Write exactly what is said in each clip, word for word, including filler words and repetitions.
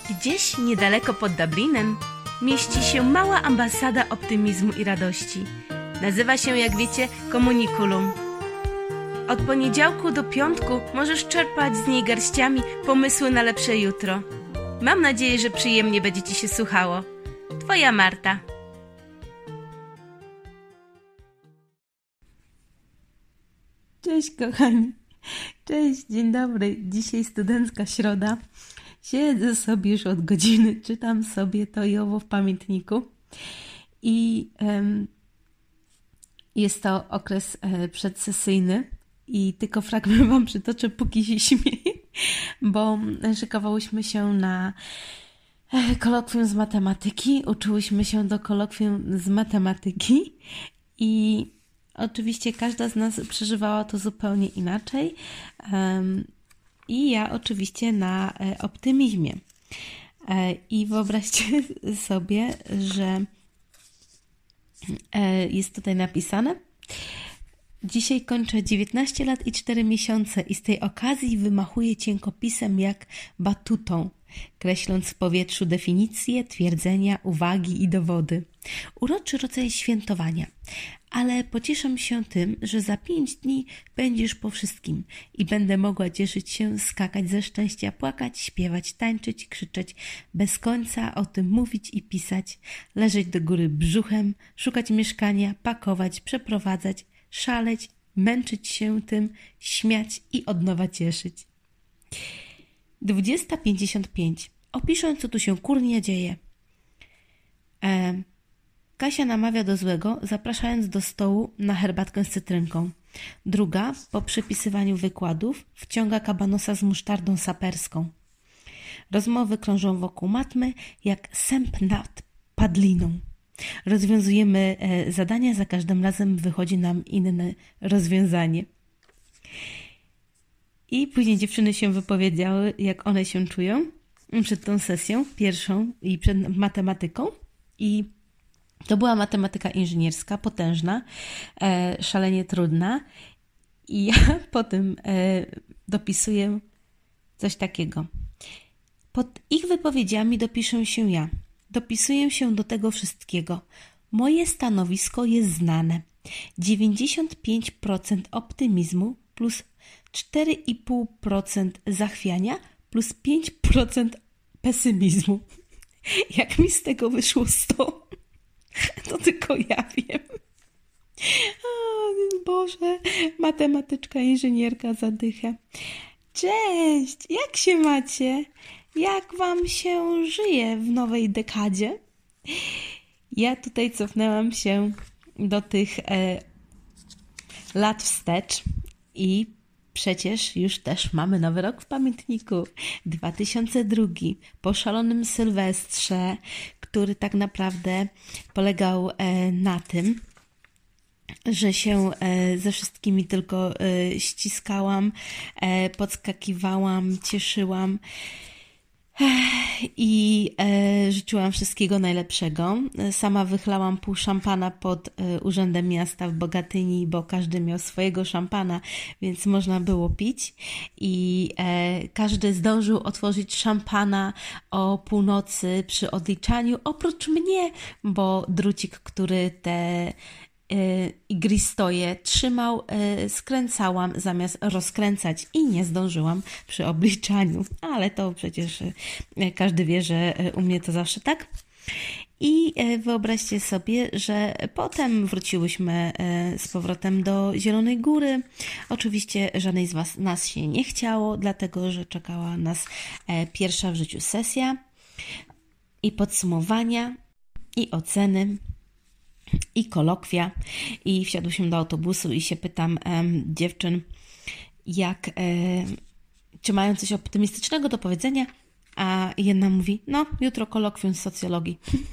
Gdzieś niedaleko pod Dublinem mieści się mała ambasada optymizmu i radości. Nazywa się, jak wiecie, Communiculum. Od poniedziałku do piątku możesz czerpać z niej garściami pomysły na lepsze jutro. Mam nadzieję, że przyjemnie będzie Ci się słuchało. Twoja Marta. Cześć kochani, cześć, dzień dobry. Dzisiaj studencka środa. Siedzę sobie już od godziny, czytam sobie to i owo w pamiętniku i um, jest to okres e, przedsesyjny i tylko fragment Wam przytoczę, póki się śmieję, bo szykowałyśmy się na e, kolokwium z matematyki, uczyłyśmy się do kolokwium z matematyki i oczywiście każda z nas przeżywała to zupełnie inaczej. Um, I ja oczywiście na e, optymizmie. E, I wyobraźcie sobie, że e, jest tutaj napisane: dzisiaj kończę dziewiętnaście lat i cztery miesiące i z tej okazji wymachuję cienkopisem jak batutą, kreśląc w powietrzu definicje, twierdzenia, uwagi i dowody. Uroczy rodzaj świętowania, ale pocieszę się tym, że za pięć dni będziesz po wszystkim i będę mogła cieszyć się, skakać ze szczęścia, płakać, śpiewać, tańczyć, krzyczeć, bez końca o tym mówić i pisać, leżeć do góry brzuchem, szukać mieszkania, pakować, przeprowadzać, szaleć, męczyć się tym, śmiać i od nowa cieszyć. dwudziesta pięćdziesiąt pięć. Opiszę, co tu się kurnia dzieje. E, Kasia namawia do złego, zapraszając do stołu na herbatkę z cytrynką. Druga, po przepisywaniu wykładów, wciąga kabanosa z musztardą saperską. Rozmowy krążą wokół matmy, jak sęp nad padliną. Rozwiązujemy e, zadania, za każdym razem wychodzi nam inne rozwiązanie. I później dziewczyny się wypowiedziały, jak one się czują przed tą sesją pierwszą i przed matematyką. I to była matematyka inżynierska, potężna, e, szalenie trudna. I ja potem e, dopisuję coś takiego. Pod ich wypowiedziami dopiszę się ja. Dopisuję się do tego wszystkiego. Moje stanowisko jest znane. dziewięćdziesiąt pięć procent optymizmu plus cztery i pół procent zachwiania plus pięć procent pesymizmu. Jak mi z tego wyszło sto, to tylko ja wiem. O Boże, matematyczka, inżynierka zadycha. Cześć, jak się macie? Jak Wam się żyje w nowej dekadzie? Ja tutaj cofnęłam się do tych e, lat wstecz i przecież już też mamy nowy rok w pamiętniku. dwa tysiące drugi, po szalonym Sylwestrze, który tak naprawdę polegał e, na tym, że się e, ze wszystkimi tylko e, ściskałam, e, podskakiwałam, cieszyłam i e, życzyłam wszystkiego najlepszego. Sama wychlałam pół szampana pod e, Urzędem Miasta w Bogatyni, bo każdy miał swojego szampana, więc można było pić i e, każdy zdążył otworzyć szampana o północy przy odliczaniu, oprócz mnie, bo drucik, który te igristoje trzymał, skręcałam zamiast rozkręcać i nie zdążyłam przy obliczaniu, ale to przecież każdy wie, że u mnie to zawsze tak. I wyobraźcie sobie, że potem wróciłyśmy z powrotem do Zielonej Góry. Oczywiście żadnej z was, nas się nie chciało, dlatego że czekała nas pierwsza w życiu sesja i podsumowania i oceny i kolokwia i wsiadłyśmy do autobusu i się pytam um, dziewczyn, jak, e, czy mają coś optymistycznego do powiedzenia, a jedna mówi, no jutro kolokwium z socjologii.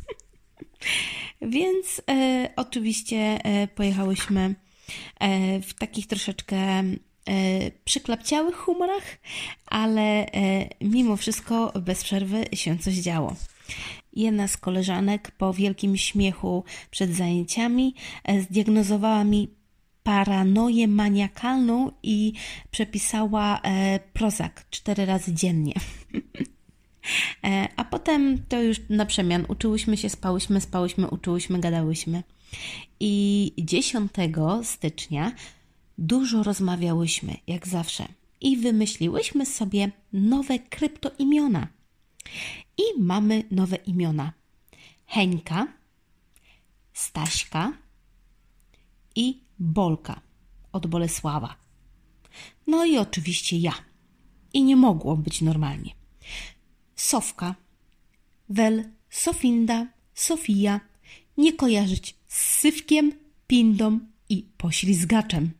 Więc e, oczywiście e, pojechałyśmy e, w takich troszeczkę e, przyklapciałych humorach, ale e, mimo wszystko bez przerwy się coś działo. Jedna z koleżanek po wielkim śmiechu przed zajęciami zdiagnozowała mi paranoję maniakalną i przepisała e, Prozac cztery razy dziennie. A potem to już na przemian. Uczyłyśmy się, spałyśmy, spałyśmy, uczyłyśmy, gadałyśmy. I dziesiątego stycznia dużo rozmawiałyśmy, jak zawsze. I wymyśliłyśmy sobie nowe kryptoimiona. I mamy nowe imiona. Heńka, Staśka i Bolka od Bolesława. No i oczywiście ja. I nie mogło być normalnie. Sofka, Wel, Sofinda, Sofia, nie kojarzyć z Sywkiem, Pindą i Poślizgaczem.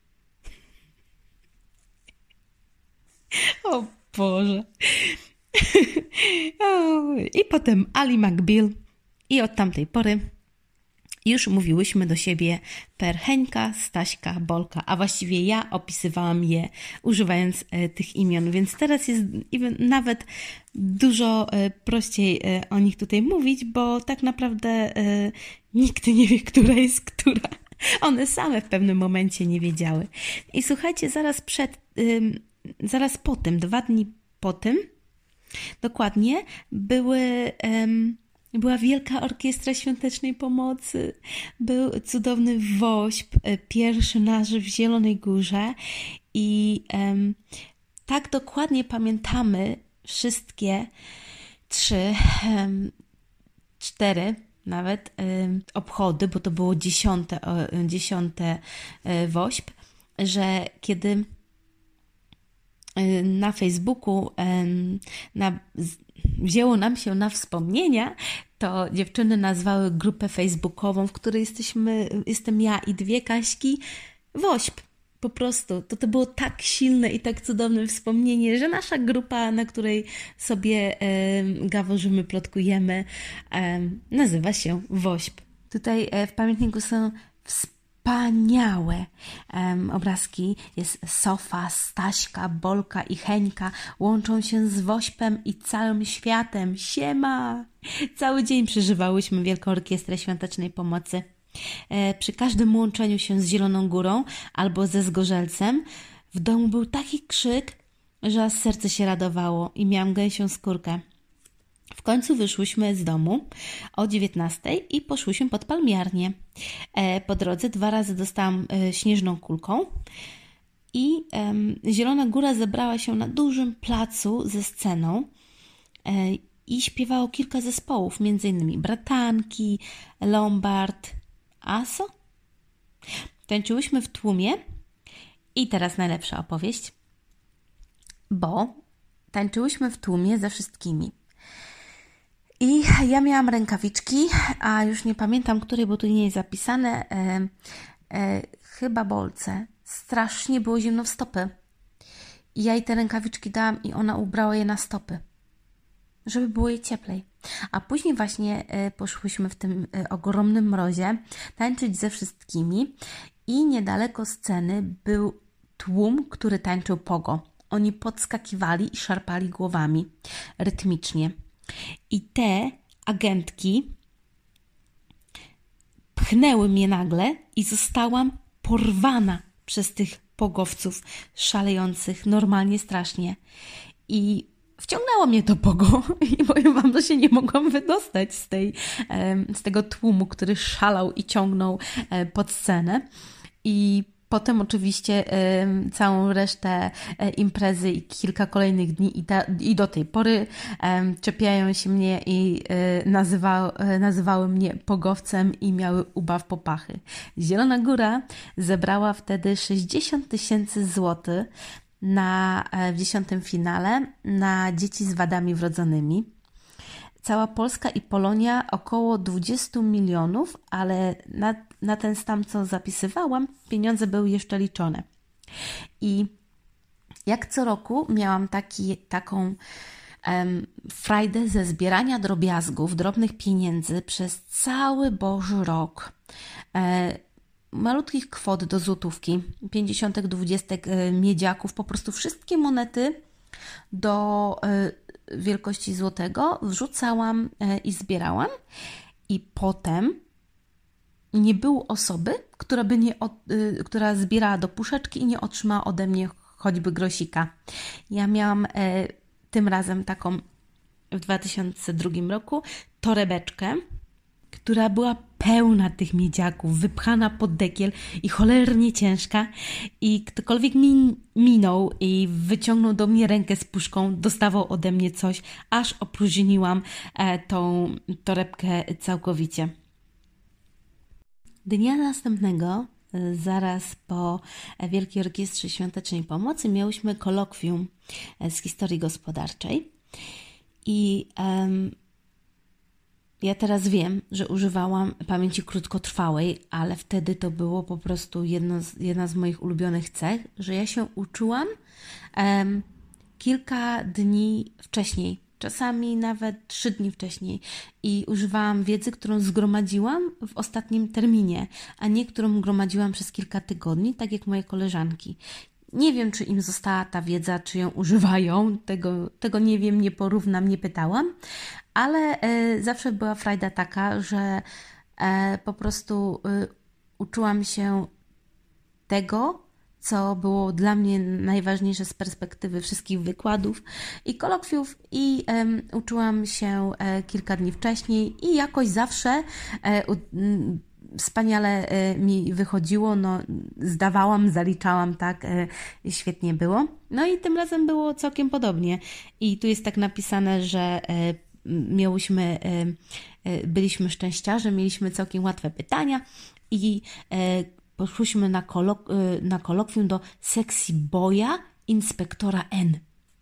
O Boże. I potem Ali McBeal i od tamtej pory już mówiłyśmy do siebie per Heńka, Staśka, Bolka, a właściwie ja opisywałam je używając e, tych imion, więc teraz jest nawet dużo e, prościej e, o nich tutaj mówić, bo tak naprawdę e, nikt nie wie, która jest która. One same w pewnym momencie nie wiedziały. I słuchajcie, zaraz przed, y, zaraz po tym, dwa dni po tym, dokładnie, były... Um, Była Wielka Orkiestra Świątecznej Pomocy, był cudowny wośp, pierwszy nasz w Zielonej Górze i um, tak dokładnie pamiętamy wszystkie trzy, um, cztery nawet um, obchody, bo to było dziesiąte, o, dziesiąte um, wośp, że kiedy um, na Facebooku um, na wzięło nam się na wspomnienia, to dziewczyny nazwały grupę facebookową, w której jesteśmy, jestem ja i dwie Kaśki, wośp. Po prostu. To, to było tak silne i tak cudowne wspomnienie, że nasza grupa, na której sobie e, gaworzymy, plotkujemy, e, nazywa się wośp. Tutaj e, w pamiętniku są wspomnienia, Wspaniałe um, obrazki. Jest Sofa, Staśka, Bolka i Heńka. Łączą się z wośpem i całym światem. Siema! Cały dzień przeżywałyśmy Wielką Orkiestrę Świątecznej Pomocy. E, przy każdym łączeniu się z Zieloną Górą albo ze Zgorzelcem w domu był taki krzyk, że aż serce się radowało i miałam gęsią skórkę. W końcu wyszłyśmy z domu o dziewiętnastej i poszłyśmy pod palmiarnię. E, po drodze dwa razy dostałam e, śnieżną kulką i e, Zielona Góra zebrała się na dużym placu ze sceną e, i śpiewało kilka zespołów, między innymi Bratanki, Lombard, Aso. Tańczyłyśmy w tłumie i teraz najlepsza opowieść, bo tańczyłyśmy w tłumie ze wszystkimi. I ja miałam rękawiczki, a już nie pamiętam, której, bo tu nie jest zapisane, e, e, chyba Bolce. Strasznie było zimno w stopy. I ja jej te rękawiczki dałam i ona ubrała je na stopy, żeby było jej cieplej. A później właśnie e, poszłyśmy w tym e, ogromnym mrozie tańczyć ze wszystkimi i niedaleko sceny był tłum, który tańczył pogo. Oni podskakiwali i szarpali głowami rytmicznie. I te agentki pchnęły mnie nagle i zostałam porwana przez tych pogowców szalejących normalnie strasznie. I wciągnęło mnie to pogo i powiem wam, że się nie mogłam wydostać z, tej, z tego tłumu, który szalał i ciągnął pod scenę. I potem oczywiście y, całą resztę y, imprezy i kilka kolejnych dni i, ta, i do tej pory y, czepiają się mnie i y, nazywa, y, nazywały mnie pogowcem i miały ubaw popachy. Zielona Góra zebrała wtedy sześćdziesiąt tysięcy złotych na, w dziesiątym finale na dzieci z wadami wrodzonymi. Cała Polska i Polonia około dwadzieścia milionów, ale na, na ten stan, co zapisywałam, pieniądze były jeszcze liczone. I jak co roku miałam taki, taką um, frajdę ze zbierania drobiazgów, drobnych pieniędzy przez cały Boży rok. E, malutkich kwot do złotówki, pięćdziesiątek, dwudziestek e, miedziaków, po prostu wszystkie monety do e, wielkości złotego wrzucałam i zbierałam i potem nie było osoby, która by nie, która zbierała do puszeczki i nie otrzymała ode mnie choćby grosika. Ja miałam tym razem taką w dwa tysiące drugim roku torebeczkę, która była pełna tych miedziaków, wypchana pod dekiel i cholernie ciężka. I ktokolwiek mi minął i wyciągnął do mnie rękę z puszką, dostawał ode mnie coś, aż opróżniłam e, tą torebkę całkowicie. Dnia następnego, e, zaraz po Wielkiej Orkiestrze Świątecznej Pomocy, miałyśmy kolokwium e, z historii gospodarczej. I em, ja teraz wiem, że używałam pamięci krótkotrwałej, ale wtedy to było po prostu jedno z, jedna z moich ulubionych cech, że ja się uczyłam em, kilka dni wcześniej, czasami nawet trzy dni wcześniej i używałam wiedzy, którą zgromadziłam w ostatnim terminie, a nie którą gromadziłam przez kilka tygodni, tak jak moje koleżanki. Nie wiem, czy im została ta wiedza, czy ją używają, tego, tego nie wiem, nie porównam, nie pytałam, ale e, zawsze była frajda taka, że e, po prostu e, uczyłam się tego, co było dla mnie najważniejsze z perspektywy wszystkich wykładów i kolokwiów i e, uczyłam się e, kilka dni wcześniej i jakoś zawsze e, u, wspaniale mi wychodziło, no zdawałam, zaliczałam, tak, świetnie było. No i tym razem było całkiem podobnie. I tu jest tak napisane, że miałyśmy, byliśmy szczęściarze, mieliśmy całkiem łatwe pytania i poszłyśmy na, kolok- na kolokwium do Sexy Boya, inspektora N.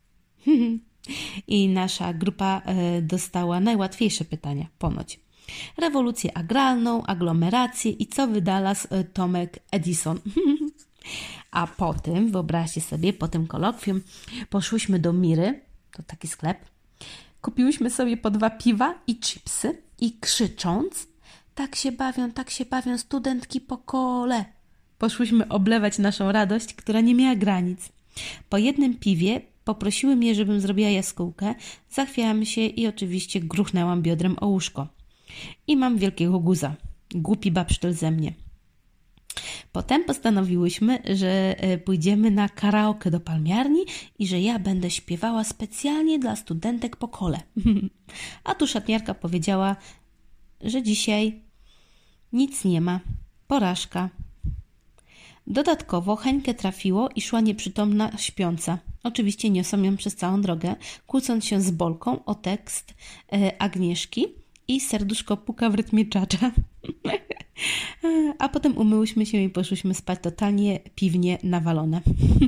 I nasza grupa dostała najłatwiejsze pytania, ponoć. Rewolucję agralną, aglomerację i co wynalazł Tomek Edison. A potem, wyobraźcie sobie, po tym kolokwium poszłyśmy do Miry, to taki sklep, kupiłyśmy sobie po dwa piwa i chipsy i krzycząc, tak się bawią, tak się bawią studentki po kole. Poszłyśmy oblewać naszą radość, która nie miała granic. Po jednym piwie poprosiły mnie, żebym zrobiła jaskółkę, zachwiałam się i oczywiście gruchnęłam biodrem o łóżko. I mam wielkiego guza. Głupi babsztel ze mnie. Potem postanowiłyśmy, że pójdziemy na karaoke do palmiarni i że ja będę śpiewała specjalnie dla studentek po kole. A tu szatniarka powiedziała, że dzisiaj nic nie ma. Porażka. Dodatkowo Heńkę trafiło i szła nieprzytomna śpiąca. Oczywiście niosą ją przez całą drogę, kłócąc się z Bolką o tekst e, Agnieszki i serduszko puka w rytmie czacza. A potem umyłyśmy się i poszłyśmy spać totalnie piwnie nawalone.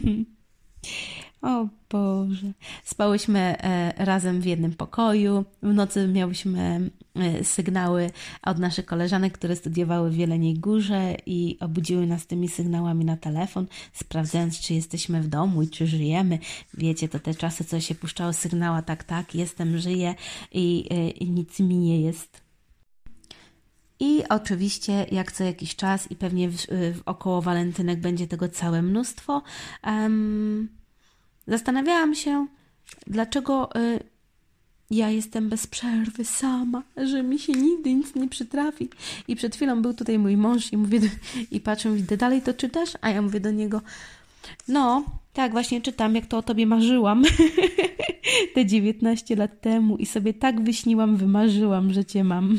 O Boże. Spałyśmy e, razem w jednym pokoju. W nocy miałyśmy e, sygnały od naszych koleżanek, które studiowały w Jeleniej Górze i obudziły nas tymi sygnałami na telefon, sprawdzając, czy jesteśmy w domu i czy żyjemy. Wiecie, to te czasy, co się puszczało sygnała, tak, tak, jestem, żyję i, e, i nic mi nie jest. I oczywiście, jak co jakiś czas i pewnie w, w około walentynek będzie tego całe mnóstwo, um, zastanawiałam się, dlaczego y, ja jestem bez przerwy sama, że mi się nigdy nic nie przytrafi. I przed chwilą był tutaj mój mąż i mówię do, i patrzę, mówi, ty dalej to czytasz? A ja mówię do niego, no, tak, właśnie czytam, jak to o tobie marzyłam te dziewiętnaście lat temu i sobie tak wyśniłam, wymarzyłam, że cię mam.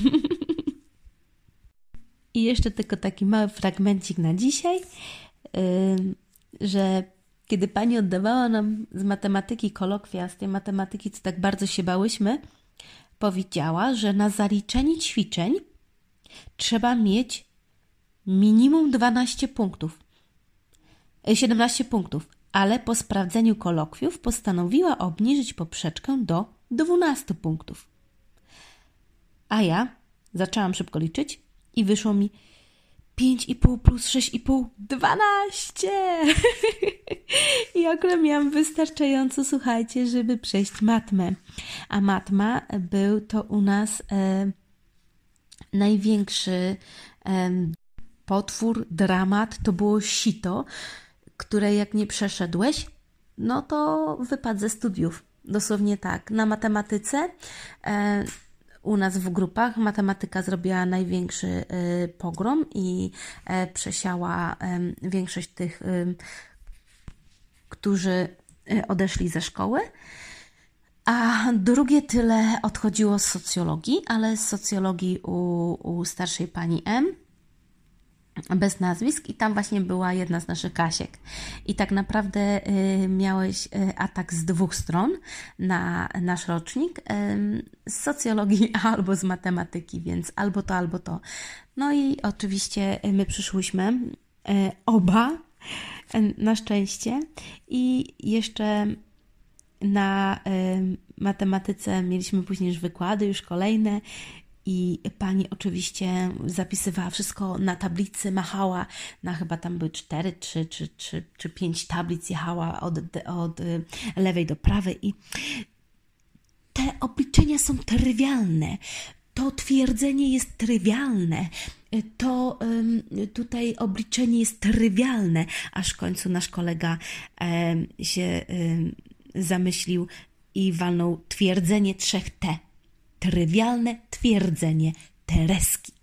I jeszcze tylko taki mały fragmencik na dzisiaj, yy, że kiedy pani oddawała nam z matematyki kolokwia, z tej matematyki, co tak bardzo się bałyśmy, powiedziała, że na zaliczenie ćwiczeń trzeba mieć minimum dwanaście punktów, siedemnaście punktów, ale po sprawdzeniu kolokwiów postanowiła obniżyć poprzeczkę do dwunastu punktów. A ja zaczęłam szybko liczyć i wyszło mi pięć i pół plus sześć i pół, dwanaście! I akurat miałam wystarczająco, słuchajcie, żeby przejść matmę. A matma był to u nas e, największy e, potwór, dramat. To było sito, które jak nie przeszedłeś, no to wypadł ze studiów. Dosłownie tak. Na matematyce e, u nas w grupach matematyka zrobiła największy y, pogrom i y, przesiała y, większość tych, y, którzy y, odeszli ze szkoły. A drugie tyle odchodziło z socjologii, ale z socjologii u, u starszej pani M, bez nazwisk, i tam właśnie była jedna z naszych Kasiek. I tak naprawdę y, miałeś y, atak z dwóch stron na nasz rocznik, y, z socjologii albo z matematyki, więc albo to, albo to. No i oczywiście my przyszłyśmy y, oba, y, na szczęście, i jeszcze na y, matematyce mieliśmy później już wykłady, już kolejne, i pani oczywiście zapisywała wszystko na tablicy, machała, na chyba tam były cztery, trzy, czy, czy, czy pięć tablic, jechała od, od lewej do prawej, i te obliczenia są trywialne. To twierdzenie jest trywialne. To um, tutaj obliczenie jest trywialne, aż w końcu nasz kolega um, się um, zamyślił i walnął twierdzenie trzech T. Trywialne twierdzenie Tereski.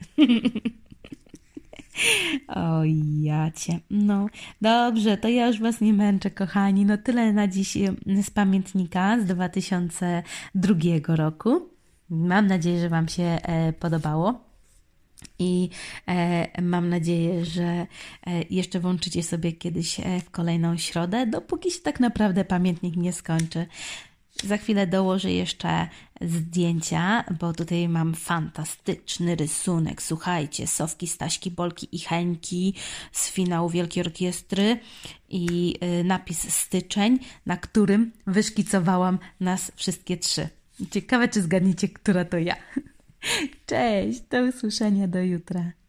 O jacie. No dobrze, to ja już Was nie męczę, kochani. No tyle na dziś z pamiętnika z dwa tysiące drugiego roku. Mam nadzieję, że Wam się e, podobało. I e, mam nadzieję, że e, jeszcze włączycie sobie kiedyś e, w kolejną środę, dopóki się tak naprawdę pamiętnik nie skończy. Za chwilę dołożę jeszcze zdjęcia, bo tutaj mam fantastyczny rysunek. Słuchajcie, Sofki, Staśki, Bolki i Heńki z finału Wielkiej Orkiestry i y, napis styczeń, na którym wyszkicowałam nas wszystkie trzy. Ciekawe, czy zgadniecie, która to ja. Cześć, do usłyszenia, do jutra.